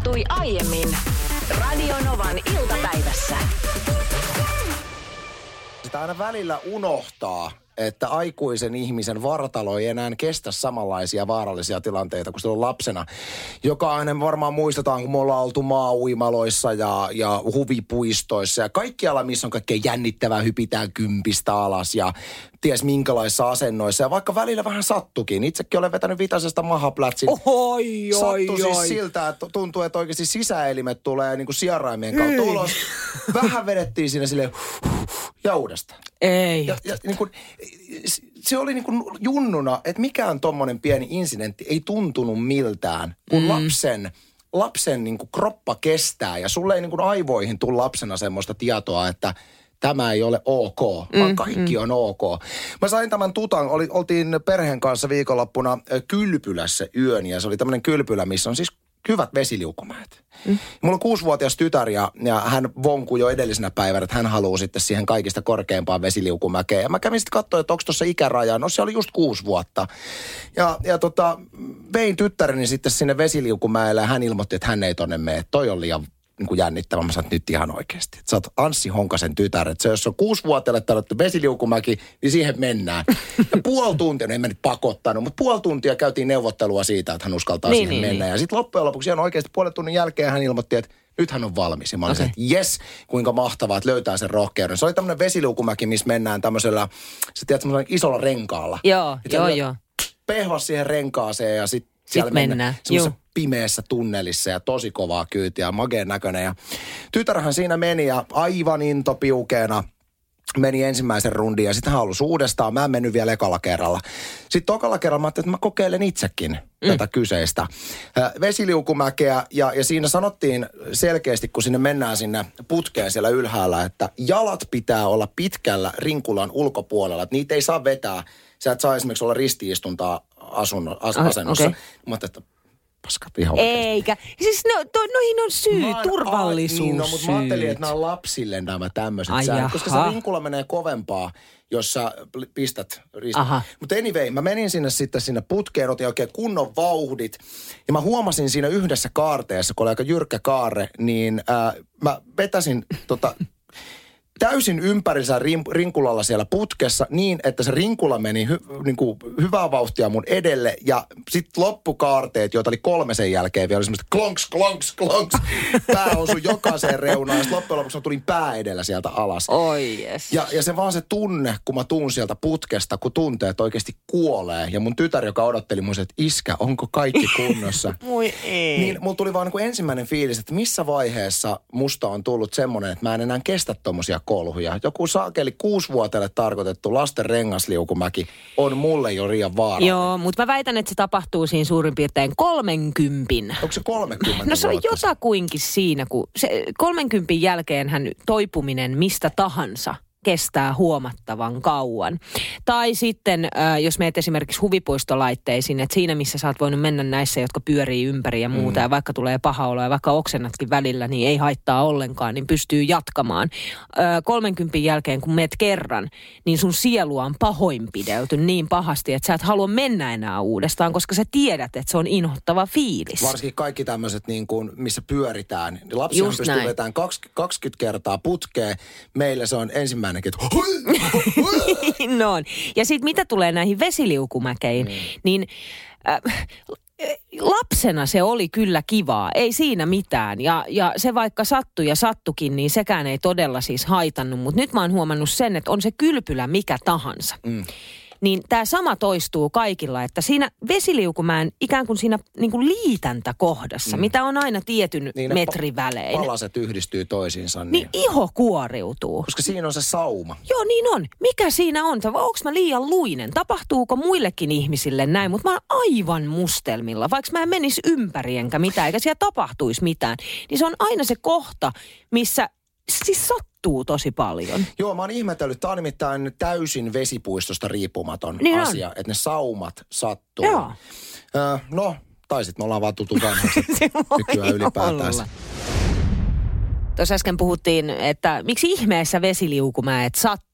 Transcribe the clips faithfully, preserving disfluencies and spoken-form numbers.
tapahtui aiemmin Radionovan iltapäivässä. Sitä aina välillä unohtaa, että aikuisen ihmisen vartalo ei enää kestä samanlaisia vaarallisia tilanteita kuin silloin lapsena. Jokainen varmaan muistetaan, kun me ollaan oltu maa-uimaloissa ja, ja huvipuistoissa ja kaikkialla, missä on kaikkein jännittävää, hypitään kympistä alas ja ties minkälaisissa asennoissa. Ja vaikka välillä vähän sattukin. Itsekin olen vetänyt vitasesta mahaplätsin. Oi, oi, Sattui oi. siis siltä, että tuntuu, että oikeasti sisäelimet tulee niin kuin sieraimien kautta ulos. Vähän vedettiin siinä silleen ja uudestaan. Ei. Ja, ja niin kuin, se oli niin kuin junnuna, että mikään tommonen pieni incidentti ei tuntunut miltään, kun mm. lapsen, lapsen niin kuin kroppa kestää ja sulle ei niin kuin aivoihin tule lapsena semmoista tietoa, että tämä ei ole ok, vaan mm, kaikki mm. on ok. Mä sain tämän tutan, oli, oltiin perheen kanssa viikonloppuna Kylpylässä yön ja se oli tämmöinen kylpylä, missä on siis hyvät vesiliukumäet. Mm. Mulla on kuusivuotias tytär ja, ja hän vonkui jo edellisenä päivänä, että hän haluaa sitten siihen kaikista korkeimpaan vesiliukumäkeen. Ja mä kävin sitten katsoa, että onko tuossa ikäraja. No se oli just kuusi vuotta. Ja, ja tota, vein tyttäreni sitten sinne vesiliukumäelle ja hän ilmoitti, että hän ei tonne mene. Toi on liian niin kuin jännittävä. Mä sanoin, nyt ihan oikeasti. Että sä oot Anssi Honkasen tytär. Että se, jos on kuusivuotiaille tarvittu vesiliukumäki, niin siihen mennään. Ja puoli tuntia, no en mä nyt pakottanut, mutta puoli tuntia käytiin neuvottelua siitä, että hän uskaltaa niin, siihen niin, mennä. Niin. Ja sitten loppujen lopuksi ihan oikeasti puolen tunnin jälkeen hän ilmoitti, että nyt hän on valmis. Ja mä olin okay. että jes, kuinka mahtavaa, että löytää sen rohkeuden. Se oli tämmöinen vesiliukumäki, missä mennään tämmöisellä, sä tiedät, semmoisella isolla renkaalla. Joo, joo, joo. Pehvas siihen renkaaseen ja sitten siellä Sitten mennään. semmoisessa pimeässä tunnelissa ja tosi kovaa kyytiä, mageen näköinen. Ja tytärhän siinä meni ja aivan intopiukeena meni ensimmäisen rundin ja sitten hän halusi uudestaan. Mä en mennyt vielä ekalla kerralla. Sitten tokalla kerralla mä ajattelin, että mä kokeilen itsekin mm. tätä kyseistä. Äh, vesiliukumäkeä ja, ja siinä sanottiin selkeästi, kun sinne mennään sinne putkeen siellä ylhäällä, että jalat pitää olla pitkällä rinkulan ulkopuolella. Että niitä ei saa vetää. Sä et saa esimerkiksi olla ristiistuntaa asunno, as, asennossa. Okay. Mä ajattelin, että paskat ihan oikeasti. Eikä. Siis no, to, noihin on syy, mä, turvallisuus a, niin, no, mutta mä ajattelin, että nämä on lapsille nämä tämmöiset säännöt. Koska se rinkula menee kovempaa, jos sä pistät ristiin. Mutta anyway, mä menin sinne sitten sinne putkeen, otin oikein kunnon vauhdit. Ja mä huomasin siinä yhdessä kaarteessa, kun oli aika jyrkkä kaare, niin äh, mä vetäsin tota... täysin ympärinsä rinkulalla siellä putkessa niin, että se rinkula meni hy, niin kuin hyvää vauhtia mun edelle ja sitten loppukaarteet, joita oli kolme sen jälkeen vielä, oli semmoista klonks, klonks, klonks. Pää osui jokaiseen reunaan ja sitten loppujen lopuksi mä tulin pää edellä sieltä alas. Oi yes. Ja, ja se vaan se tunne, kun mä tuun sieltä putkesta, kun tuntee, että oikeasti kuolee. Ja mun tytär, joka odotteli mun, että iskä, onko kaikki kunnossa? Moi ei. Niin mulla tuli vaan niin kuin ensimmäinen fiilis, että missä vaiheessa musta on tullut semmoinen, että mä en enää kestä tommosia kolhuja. Joku saakeli kuusivuotiaille tarkoitettu lasten rengasliukumäki on mulle jo liian vaarallinen. Joo, mutta mä väitän, että se tapahtuu siinä suurin piirtein kolmenkympin. Onko se kolmekymmentä No se on vuotta? jotakuinkin siinä, kun se kolmenkympin jälkeenhän toipuminen mistä tahansa kestää huomattavan kauan. Tai sitten, äh, jos meet esimerkiksi huvipuistolaitteisiin, että siinä missä sä oot voinut mennä näissä, jotka pyörii ympäri ja muuta, mm. ja vaikka tulee paha olo ja vaikka oksennatkin välillä, niin ei haittaa ollenkaan, niin pystyy jatkamaan. Äh, kolmenkympin jälkeen, kun meet kerran, niin sun sielua on pahoinpidelty niin pahasti, että sä et halua mennä enää uudestaan, koska sä tiedät, että se on inhottava fiilis. Varsinkin kaikki tämmöiset, niin kuin, missä pyöritään. Lapsihan Just pystyy näin. vetämään kaksikymmentä kertaa putkeen. Meillä se on ensimmäinen, että no on. Ja sitten mitä tulee näihin vesiliukumäkeihin, mm. niin äh, lapsena se oli kyllä kivaa, ei siinä mitään. Ja, ja se vaikka sattui ja sattukin, niin sekään ei todella siis haitannut. Mutta nyt mä oon huomannut sen, että on se kylpylä mikä tahansa. Mm. Niin tämä sama toistuu kaikilla, että siinä vesiliukumäen ikään kuin siinä niin kuin liitäntäkohdassa, mm. mitä on aina tietyn niin metrin välein. Palaset yhdistyy toisiinsa. Niin. niin iho kuoriutuu. Koska siinä on se sauma. Joo, niin on. Mikä siinä on? Onko mä liian luinen? Tapahtuuko muillekin ihmisille näin? Mutta mä oon aivan mustelmilla. Vaikka mä en menisi ympäri enkä mitään, eikä siellä tapahtuisi mitään. Niin se on aina se kohta, missä siis sattuu tosi paljon. Joo, mä oon ihmetellyt. Tää on nimittäin täysin vesipuistosta riippumaton niin asia, että ne saumat sattuu. Joo. Öö, no, tai sit me ollaan vaan tutu vanhaksi nykyään ylipäätään. Tuossa äsken puhuttiin, että miksi ihmeessä vesiliukumäet sattuu.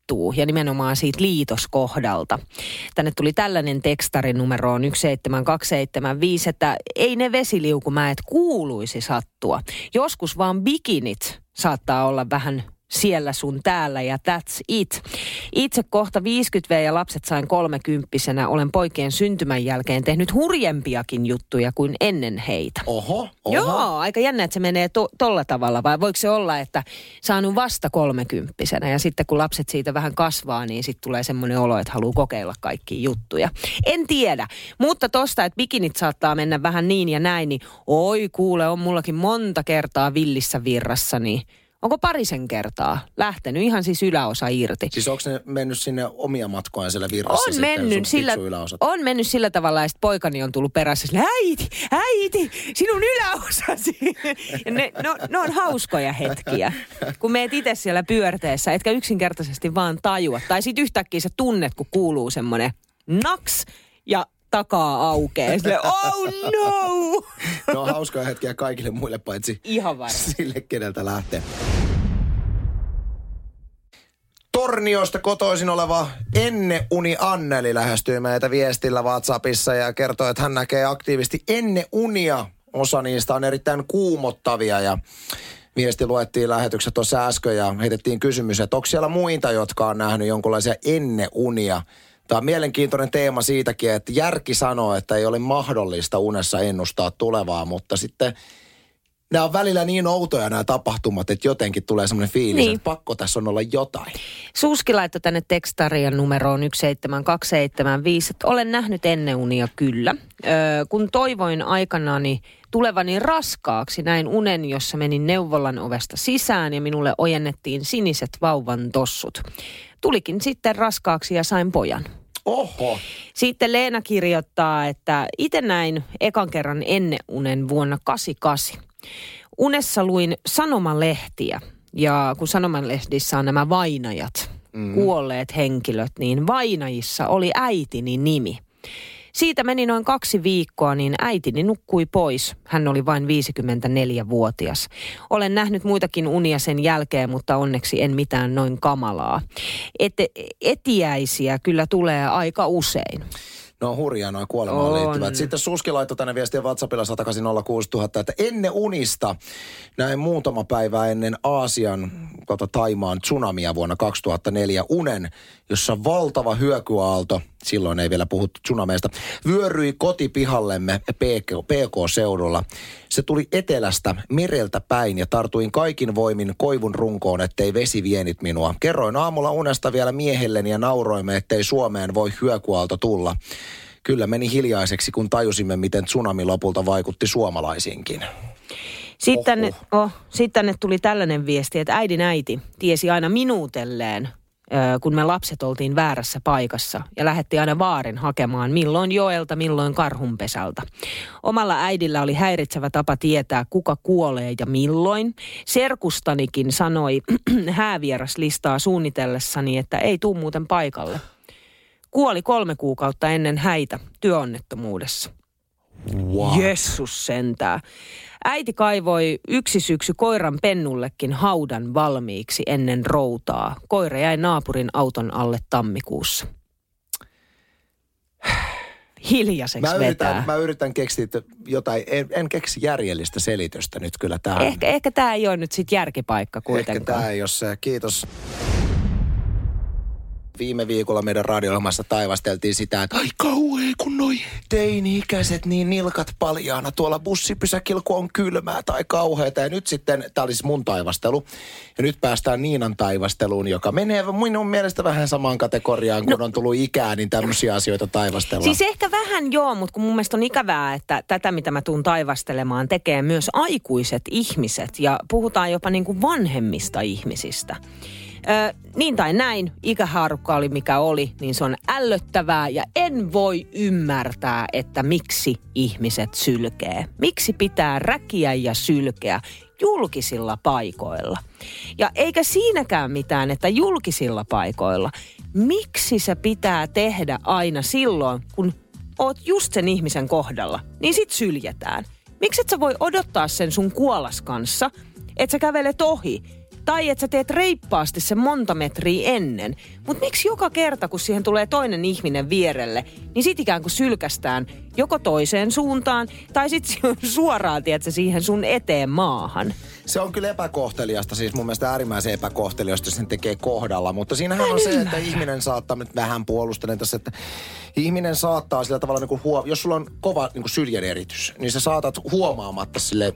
sattuu ja nimenomaan siitä liitoskohdalta. Tänne tuli tällainen tekstari numeroon yksi seitsemän kaksi seitsemän viisi, että ei ne vesiliukumäet kuuluisi sattua. Joskus vaan bikinit saattaa olla vähän siellä sun täällä ja that's it. Itse kohta viisikymmentä vuotias ja lapset sain kolmekymppisenä. Olen poikien syntymän jälkeen tehnyt hurjempiakin juttuja kuin ennen heitä. Oho, oho. Joo, aika jännä, että se menee to- tolla tavalla. Vai voiko se olla, että saanut vasta kolmekymppisenä ja sitten kun lapset siitä vähän kasvaa, niin sitten tulee semmoinen olo, että haluaa kokeilla kaikkia juttuja. En tiedä, mutta tosta, että bikinit saattaa mennä vähän niin ja näin, niin oi kuule, on mullakin monta kertaa villissä virrassa, niin onko parisen kertaa lähtenyt ihan siis yläosa irti? Siis onko ne mennyt sinne omia matkoja siellä virrassa on sitten, mennyt sillä, on mennyt sillä tavalla, että poikani on tullut perässä sille, äiti, äiti, sinun yläosasi. Ja ne, no, ne on hauskoja hetkiä, kun meet itse siellä pyörteessä, etkä yksinkertaisesti vaan tajua. Tai sitten yhtäkkiä sä tunnet, kun kuuluu semmoinen naks ja takaa aukeaa. Sille, oh no! No on hauskoja hetkiä kaikille muille paitsi ihan varmasti sille, keneltä lähtee. Torniosta kotoisin oleva Enne Uni Anneli lähestyy meitä viestillä WhatsAppissa ja kertoo, että hän näkee aktiivisesti ennen unia. Osa niistä on erittäin kuumottavia ja viesti luettiin lähetykset tuossa äsken ja heitettiin kysymys, että onko siellä muita, jotka on nähnyt jonkinlaisia ennen unia. Tämä on mielenkiintoinen teema siitäkin, että järki sanoo, että ei ole mahdollista unessa ennustaa tulevaa, mutta sitten nämä on välillä niin outoja nämä tapahtumat, että jotenkin tulee semmoinen fiilis, niin, että pakko tässä on olla jotain. Suski laittoi tänne tekstarian numeroon yksi seitsemän kaksi seitsemän viisi, että olen nähnyt ennen unia kyllä. Öö, kun toivoin aikanani tulevani raskaaksi, näin unen, jossa menin neuvolan ovesta sisään ja minulle ojennettiin siniset vauvan tossut. Tulikin sitten raskaaksi ja sain pojan. Oho. Sitten Leena kirjoittaa, että itse näin ekan kerran ennen unen vuonna kahdeksankymmentäkahdeksan. Unessa luin sanomalehtiä ja kun sanomalehdissä on nämä vainajat, mm. kuolleet henkilöt, niin vainajissa oli äitini nimi. Siitä meni noin kaksi viikkoa, niin äitini nukkui pois. Hän oli vain viisikymmentäneljävuotias. Olen nähnyt muitakin unia sen jälkeen, mutta onneksi en mitään noin kamalaa. Et, etiäisiä kyllä tulee aika usein. No hurjaa noin kuolemaan liittyvät. Sitten Suski laittoi tänne viestiä WhatsAppilla sata nolla kuusi tuhatta, että ennen unista näin muutama päivä ennen Aasian kautta Taimaan tsunamia vuonna kaksituhattaneljä unen, jossa valtava hyökyaalto, silloin ei vielä puhuttu tsunameista, vyöryi kotipihallemme P K-seudulla. Se tuli etelästä mereltä päin ja tartuin kaikin voimin koivun runkoon, ettei vesi vienit minua. Kerroin aamulla unesta vielä miehelleni ja nauroimme, ettei Suomeen voi hyökyaalto tulla. Kyllä meni hiljaiseksi, kun tajusimme, miten tsunami lopulta vaikutti suomalaisiinkin. Sitten, oh, sitten tänne tuli tällainen viesti, että äidin äiti tiesi aina minuutelleen, kun me lapset oltiin väärässä paikassa ja lähetti aina vaarin hakemaan milloin joelta, milloin karhunpesältä. Omalla äidillä oli häiritsevä tapa tietää, kuka kuolee ja milloin. Serkustanikin sanoi häävieraslistaa suunnitellessani, että ei tuu muuten paikalle. Kuoli kolme kuukautta ennen häitä työonnettomuudessa. What? Jessus sentää. Äiti kaivoi yksi syksy koiran pennullekin haudan valmiiksi ennen routaa. Koira jäi naapurin auton alle tammikuussa. Hiljaiseksi mä yritän, vetää. Mä yritän keksiä jotain, en, en keksi järjellistä selitystä nyt kyllä tähän. Ehkä, ehkä tämä ei ole nyt sit järkipaikka kuitenkaan. Ehkä tämä ei ole se. Kiitos. Viime viikolla meidän radio-ohjelmassa taivasteltiin sitä, että ai kauhea kun noi teini-ikäiset niin nilkat paljaana tuolla bussipysäkillä, kun on kylmää tai kauheata. Ja nyt sitten, tämä oli siis mun taivastelu, ja nyt päästään Niinan taivasteluun, joka menee minun mielestä vähän samaan kategoriaan, kun no, on tullut ikää, niin tämmöisiä asioita taivastellaan. Siis ehkä vähän joo, mutta kun mun mielestä on ikävää, että tätä mitä mä tuun taivastelemaan tekee myös aikuiset ihmiset, ja puhutaan jopa niin kuin vanhemmista ihmisistä. Ö, niin tai näin, ikähaarukka oli mikä oli, niin se on ällöttävää ja en voi ymmärtää, että miksi ihmiset sylkee. Miksi pitää räkiä ja sylkeä julkisilla paikoilla. Ja eikä siinäkään mitään, että julkisilla paikoilla. Miksi se pitää tehdä aina silloin, kun oot just sen ihmisen kohdalla, niin sit syljetään. Miksi et sä voi odottaa sen sun kuolas kanssa, että sä kävelet ohi? Tai että sä teet reippaasti sen monta metriä ennen. Mutta miksi joka kerta, kun siihen tulee toinen ihminen vierelle, niin sit ikään kuin sylkästään joko toiseen suuntaan, tai sit suoraan, tiedätkö, siihen sun eteen maahan. Se on kyllä epäkohteliasta, siis mun mielestä äärimmäisen epäkohteliasta, jos sen tekee kohdalla. Mutta siinähän Mä on se, että ihminen saattaa, nyt vähän puolustelen tässä, että ihminen saattaa sillä tavalla, niin kuin huo, jos sulla on kova niin kuin syljen eritys, niin sä saatat huomaamatta sille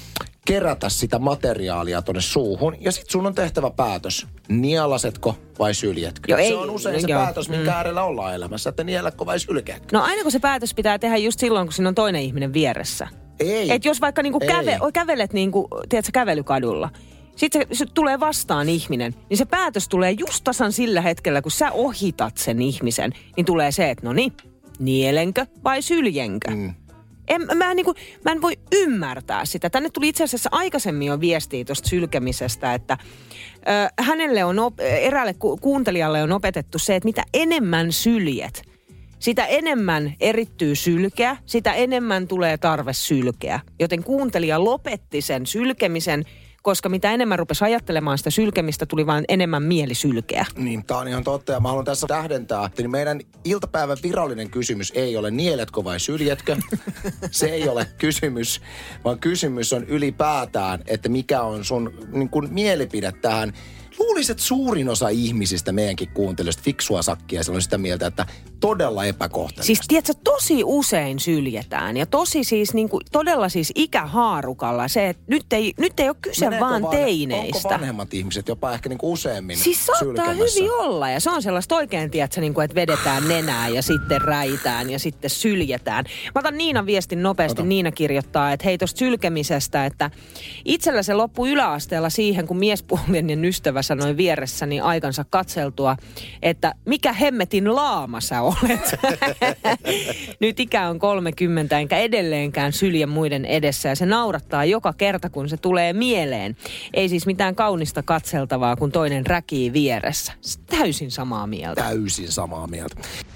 kerätä sitä materiaalia tonne suuhun, ja sit sun on tehtävä päätös. Nielasetko vai syljetkö? Jo, ei, se on usein se jo. päätös, minkä mm. äärellä ollaan elämässä, että nielätkö vai sylkeäkö? No aina kun se päätös pitää tehdä just silloin, kun siinä on toinen ihminen vieressä. Ei. Et jos vaikka niinku käve, kävelet niinku, tiedätkö, kävelykadulla, sitten se, se tulee vastaan ihminen, niin se päätös tulee just tasan sillä hetkellä, kun sä ohitat sen ihmisen, niin tulee se, että no niin, nielenkö vai syljenkö? Mm. En, mä, en, niin kuin, mä en voi ymmärtää sitä. Tänne tuli itse asiassa aikaisemmin jo viestiä tuosta sylkemisestä, että ö, hänelle on, op, eräälle ku, kuuntelijalle on opetettu se, että mitä enemmän syljet, sitä enemmän erittyy sylkeä, sitä enemmän tulee tarve sylkeä. Joten kuuntelija lopetti sen sylkemisen, koska mitä enemmän rupesi ajattelemaan sitä sylkemistä, tuli vain enemmän mieli sylkeä. Niin, tää on ihan totta. Ja mä haluan tässä tähdentää, että meidän iltapäivän virallinen kysymys ei ole nieletko vai syljetkö. Se ei ole kysymys, vaan kysymys on ylipäätään, että mikä on sun niin kun mielipide tähän. Luulisin, että suurin osa ihmisistä, meidänkin kuuntelijoista, fiksua sakkia, se on sitä mieltä, että todella epäkohteliasta. Siis tiedätkö, tosi usein syljetään ja tosi siis niin kuin, todella siis ikähaarukalla se, että nyt ei, nyt ei ole kyse Meneekö vaan van, teineistä. Onko vanhemmat ihmiset jopa ehkä niin kuin useammin siis saattaa sylkemässä? Hyvin olla ja se on sellaista oikein, tiedätkö, niin kuin, että vedetään nenää ja sitten räitään ja sitten syljetään. Mä otan Niinan viestin nopeasti. Ota. Niina kirjoittaa, että hei tosta sylkemisestä, että itsellä se loppui yläasteella siihen, kun miespuolinen ystävä sanoi vieressäni aikansa katseltua, että mikä hemmetin laama sä olet. Nyt ikä on kolmekymmentä, enkä edelleenkään sylje muiden edessä ja se naurattaa joka kerta, kun se tulee mieleen. Ei siis mitään kaunista katseltavaa, kun toinen räkii vieressä. Täysin samaa mieltä. Täysin samaa mieltä.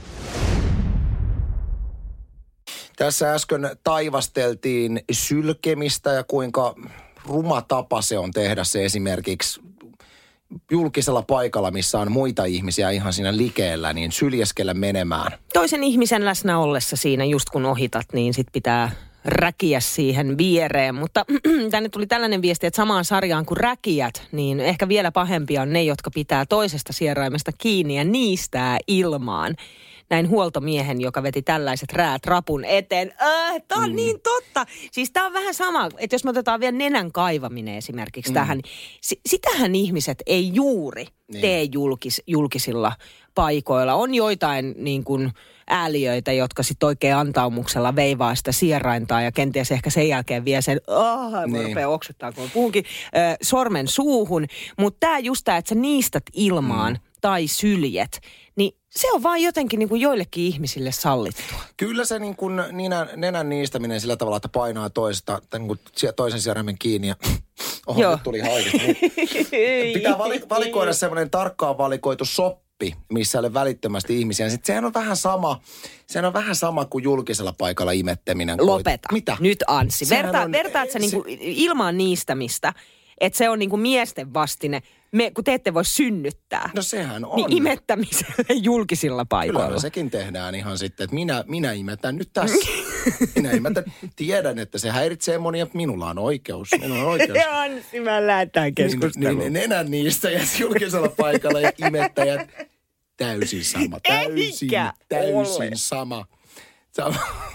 Tässä äsken taivasteltiin sylkemistä ja kuinka ruma tapa se on tehdä se esimerkiksi julkisella paikalla, missä on muita ihmisiä ihan siinä likeellä, niin syljeskellä menemään. Toisen ihmisen läsnä ollessa siinä, just kun ohitat, niin sit pitää räkiä siihen viereen. Mutta tänne tuli tällainen viesti, että samaan sarjaan kuin räkiät, niin ehkä vielä pahempia on ne, jotka pitää toisesta sieraimesta kiinni ja niistää ilmaan. Näin huoltomiehen, joka veti tällaiset räät rapun eteen. Äh, tää on mm. niin totta. Siis tää on vähän sama, että jos me otetaan vielä nenän kaivaminen esimerkiksi mm. tähän. S- sitähän ihmiset ei juuri niin. tee julkis, julkisilla paikoilla. On joitain niin kuin ääliöitä, jotka sitten oikein antaumuksella veivaa sitä sieraintaa ja kenties ehkä sen jälkeen vie sen, oh, niin. rupeaa oksuttaa, kun puhunkin, äh, sormen suuhun. Mutta tää just tää, että sä niistät ilmaan mm. tai syljet, niin se on vaan jotenkin niin kuin joillekin ihmisille sallittua. Kyllä se niin kuin nenän, nenän niistäminen sillä tavalla, että painaa toista, niin kuin toisen sieraimen kiinni ja oho, nyt tuli ihan oikeasti. Pitää vali, valikoida semmoinen tarkkaan valikoitu soppi, missä ei ole välittömästi ihmisiä. Sitten sehän on vähän sama, sehän on vähän sama kuin julkisella paikalla imetteminen. Lopeta. Mitä? Nyt Anssi. Verta, on, vertaat sä niin kuin se, ilmaan niistämistä, että se on niin kuin miesten vastine, me, kun te ette voi synnyttää. No sehän on. Niin imettämiselle julkisilla paikoilla. Kyllä sekin tehdään ihan sitten, että minä, minä imetän nyt tässä. Minä imetän. Tiedän, että se häiritsee monia, että minulla on oikeus. Minulla on oikeus. Anssi, mä lähdetään keskusteluun. Niin, niin nenän niistä ja julkisella paikalla ja imettäjät. Täysin sama. Täysin, Eikä täysin ole. sama. sama.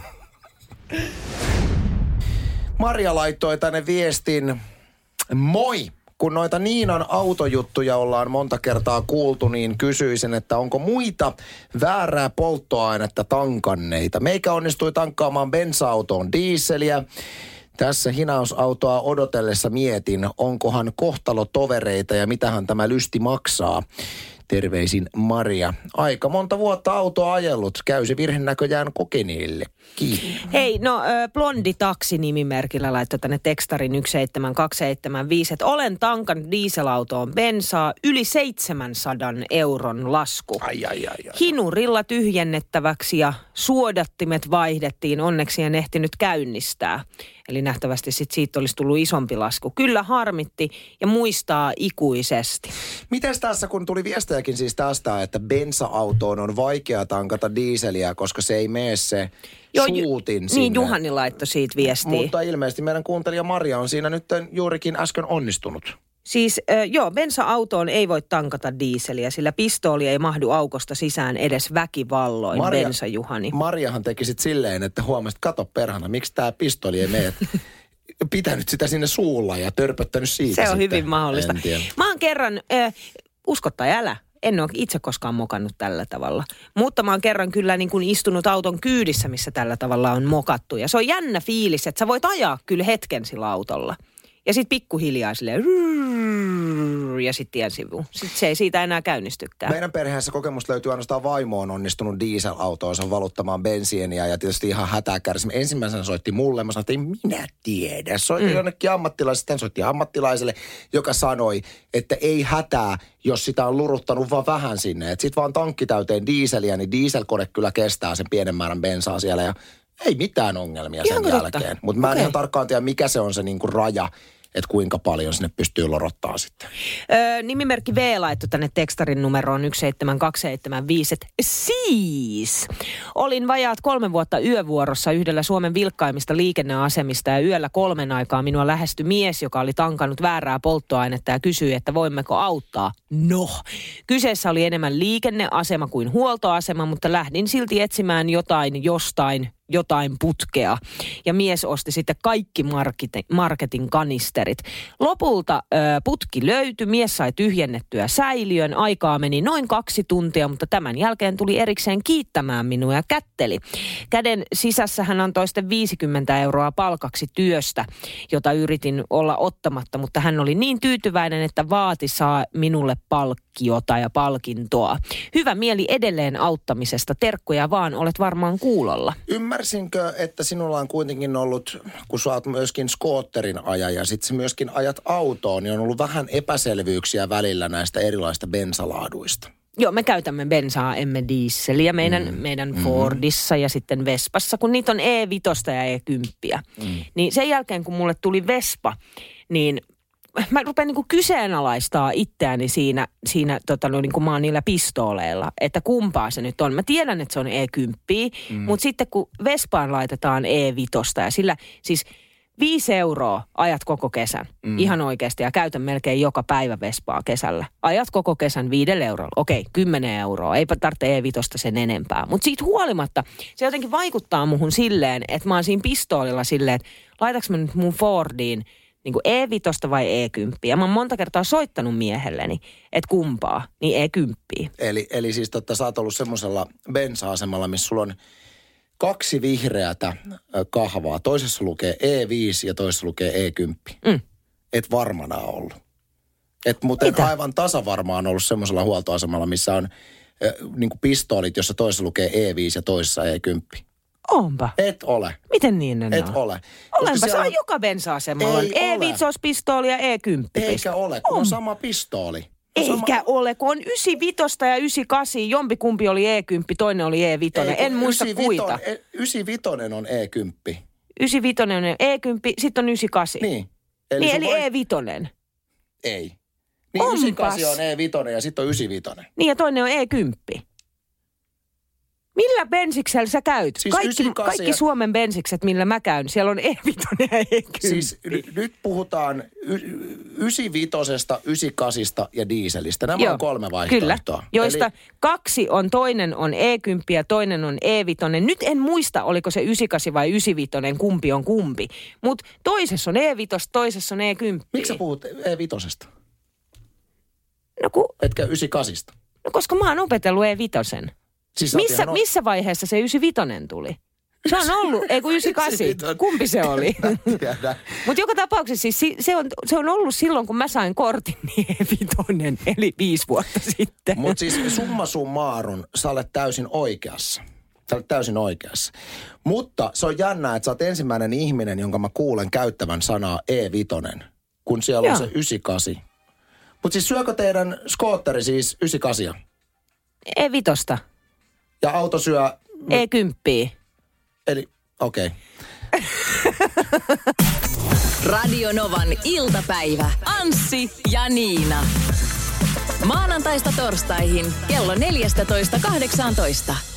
Maria laittoi tänne viestin. Moi! Kun noita Niinan autojuttuja ollaan monta kertaa kuultu, niin kysyisin, että onko muita väärää polttoainetta tankanneita. Meikä onnistui tankkaamaan bensa-autoon diisseliä. Tässä hinausautoa odotellessa mietin, onkohan kohtalotovereita ja mitähän tämä lysti maksaa. Terveisin Maria. Aika monta vuotta autoa ajellut. Käy se virhe näköjään kokeneille. Kiitos. Hei, no Blondi Taksi nimimerkillä laittoi tänne tekstarin yksi seitsemän kaksi seitsemän viisi, että olen tankannut dieselautoon bensaa yli seitsemänsadan euron lasku. Ai, ai, ai, ai. Hinurilla tyhjennettäväksi ja suodattimet vaihdettiin. Onneksi en ehtinyt käynnistää. Eli nähtävästi sit siitä olisi tullut isompi lasku. Kyllä harmitti ja muistaa ikuisesti. Mites tässä, kun tuli viestejäkin siis tästä, että bensa-autoon on vaikea tankata diiseliä, koska se ei mene se Joo, suutin ju- sinne. Niin, Juhani laittoi siitä viestiä. Mutta ilmeisesti meidän kuuntelija Maria on siinä nyt juurikin äsken onnistunut. Siis äh, joo, bensa-autoon ei voi tankata diiseliä, sillä pistooli ei mahdu aukosta sisään edes väkivalloin, Maria, bensa-Juhani. Mariahan teki sit silleen, että huomasi, kato perhana, miksi tämä pistooli ei mene. Pitänyt sitä sinne suulla ja törpöttänyt siitä Se on sitten. hyvin mahdollista. Mä oon kerran, äh, usko tai älä, en ole itse koskaan mokannut tällä tavalla. Mutta mä oon kerran kyllä niin kuin istunut auton kyydissä, missä tällä tavalla on mokattu. Ja se on jännä fiilis, että sä voit ajaa kyllä hetken sillä autolla. Ja sitten pikkuhiljaa silleen ja sitten tien sivuun. Sitten se ei siitä enää käynnistykään. Meidän perheessä kokemus löytyy ainoastaan vaimo on onnistunut dieselautoonsa valuttamaan bensiiniä ja tietysti ihan hätää kärsi. Ensimmäisenä soitti mulle, mä sanoin, että ei minä tiedä. Soitti mm. jonnekin ammattilaiselle, sitten soitti ammattilaiselle, joka sanoi, että ei hätää, jos sitä on luruttanut vaan vähän sinne. Että sit vaan tankki täyteen diiseliä, niin dieselkone kyllä kestää sen pienen määrän bensaa siellä ja ei mitään ongelmia sen Ihan jälkeen. Mutta mä en okay. ihan tarkkaan tiedä, mikä se on se niinku raja, että kuinka paljon sinne pystyy lorottaa sitten. Öö, nimimerkki V laittoi tänne tekstarin numeroon yksi seitsemän kaksi seitsemän viisi. Et siis olin vajaat kolme vuotta yövuorossa yhdellä Suomen vilkkaimmista liikenneasemista ja yöllä kolmen aikaa minua lähestyi mies, joka oli tankannut väärää polttoainetta ja kysyi, että voimmeko auttaa. No, kyseessä oli enemmän liikenneasema kuin huoltoasema, mutta lähdin silti etsimään jotain jostain jotain putkea. Ja mies osti sitten kaikki marketin, marketin kanisterit. Lopulta ö, putki löytyi, mies sai tyhjennettyä säiliön. Aikaa meni noin kaksi tuntia, mutta tämän jälkeen tuli erikseen kiittämään minua ja kätteli. Käden sisässä hän antoi sitten viisikymmentä euroa palkaksi työstä, jota yritin olla ottamatta, mutta hän oli niin tyytyväinen, että vaati saa minulle palkkiota ja palkintoa. Hyvä mieli edelleen auttamisesta. Terkkuja vaan, olet varmaan kuulolla. Ymmärsinkö, että sinulla on kuitenkin ollut, kun sä oot myöskin skootterin ajaja, sit sä myöskin ajat autoon, niin on ollut vähän epäselvyyksiä välillä näistä erilaista bensalaaduista. Joo, me käytämme bensaa, emme dieseliä meidän, mm. meidän Fordissa ja sitten Vespassa, kun niitä on E viisi ja E kymmenen. Mm. Niin sen jälkeen, kun mulle tuli Vespa, niin mä rupean niinku kyseenalaistaa itseäni siinä, siinä tota, niin kuin mä oon niillä pistooleilla, että kumpaa se nyt on. Mä tiedän, että se on E kymmenen, mm. mutta sitten kun Vespaan laitetaan E viisi ja sillä siis viisi euroa ajat koko kesän. Mm. Ihan oikeasti ja käytän melkein joka päivä Vespaa kesällä. Ajat koko kesän viidellä eurolla. Okei, kymmenen euroa. Eipä tarvitse E viisi sen enempää. Mutta siitä huolimatta se jotenkin vaikuttaa muhun silleen, että mä oon siinä pistoolilla silleen, että laitaks mä nyt mun Fordiin niin kuin E viisi vai E kymmenen. Ja mä oon monta kertaa soittanut miehelleni, että kumpaa, niin E kymmenen. Eli, eli siis totta, sä oot ollut semmoisella bensa-asemalla, missä sulla on kaksi vihreätä kahvaa. Toisessa lukee E viisi ja toisessa lukee E kymmenen. Mm. Et varmana ollut. Et muuten Mitä? aivan tasavarmaan ollut semmoisella huoltoasemalla, missä on äh, niin kuin pistoolit, jossa toisessa lukee E viisi ja toisessa E kymmenen. Onpa. Et ole. Miten niin en Et ole? ole. Olenpa, se on joka bensa-asemalla. E viisi pistooli ja E kymmenen. Eikä ole, kun on, on sama pistooli. Eikä sama... ole, kun on yhdeksänkymmentäviisi ja yhdeksänkymmentäkahdeksan, jompikumpi oli E kymmenen, toinen oli E viisi. Ei, en muista kuita. yhdeksänkymmentäviisi on E kymmenen. yhdeksänkymmentäviisi on E kymmenen, sitten on yhdeksänkymmentäkahdeksan. Niin. Eli, niin, eli vai... E viisi. Ei. Niin Onpas. yhdeksänkymmentäkahdeksan on E viisi ja sitten on yhdeksänkymmentäviisi. Niin ja toinen on E kymmenen. Millä bensiksellä sä käyt? Siis kaikki, kaikki Suomen bensikset, millä mä käyn, siellä on E viisi ja E kymmenen. Siis n- nyt puhutaan yhdeksänkymmentäviisi, yhdeksänkymmentäkahdeksan ja dieselistä. Nämä Joo, on kolme vaihtoehtoa. Kyllä, joista Eli... kaksi on, toinen on E kymmenen ja toinen on E viisi. Nyt en muista, oliko se yhdeksänkymmentäkahdeksan vai yhdeksänkymmentäviisi, kumpi on kumpi. Mutta toisessa on E viisi, toisessa on E kymmenen. Miksi sä puhut E viisi? No ku... Etkä yhdeksänkymmentäkahdeksan? No koska mä oon opetellut E viisi. Siis missä, missä vaiheessa se yhdeksänkymmentäviisi tuli? Se on ollut, ei kun yhdeksänkymmentäkahdeksan. Kumpi se oli? Mutta joka tapauksessa siis se on, se on ollut silloin, kun mä sain kortin, niin E viisi, eli viisi vuotta sitten. Mutta siis summa summarum, sä olet täysin oikeassa. Sä olet täysin oikeassa. Mutta se on jännää, että sä oot ensimmäinen ihminen, jonka mä kuulen käyttävän sanaa E viisi, kun siellä Joo. on se yhdeksänkymmentäkahdeksan. Mutta siis syökö teidän skootteri siis yhdeksänkymmentäkahdeksan? E viisi. Ja auto syö... E kymmenen. Eli, okei. Okay. Radio Novan iltapäivä. Anssi ja Niina. Maanantaista torstaihin kello neljätoista kahdeksantoista.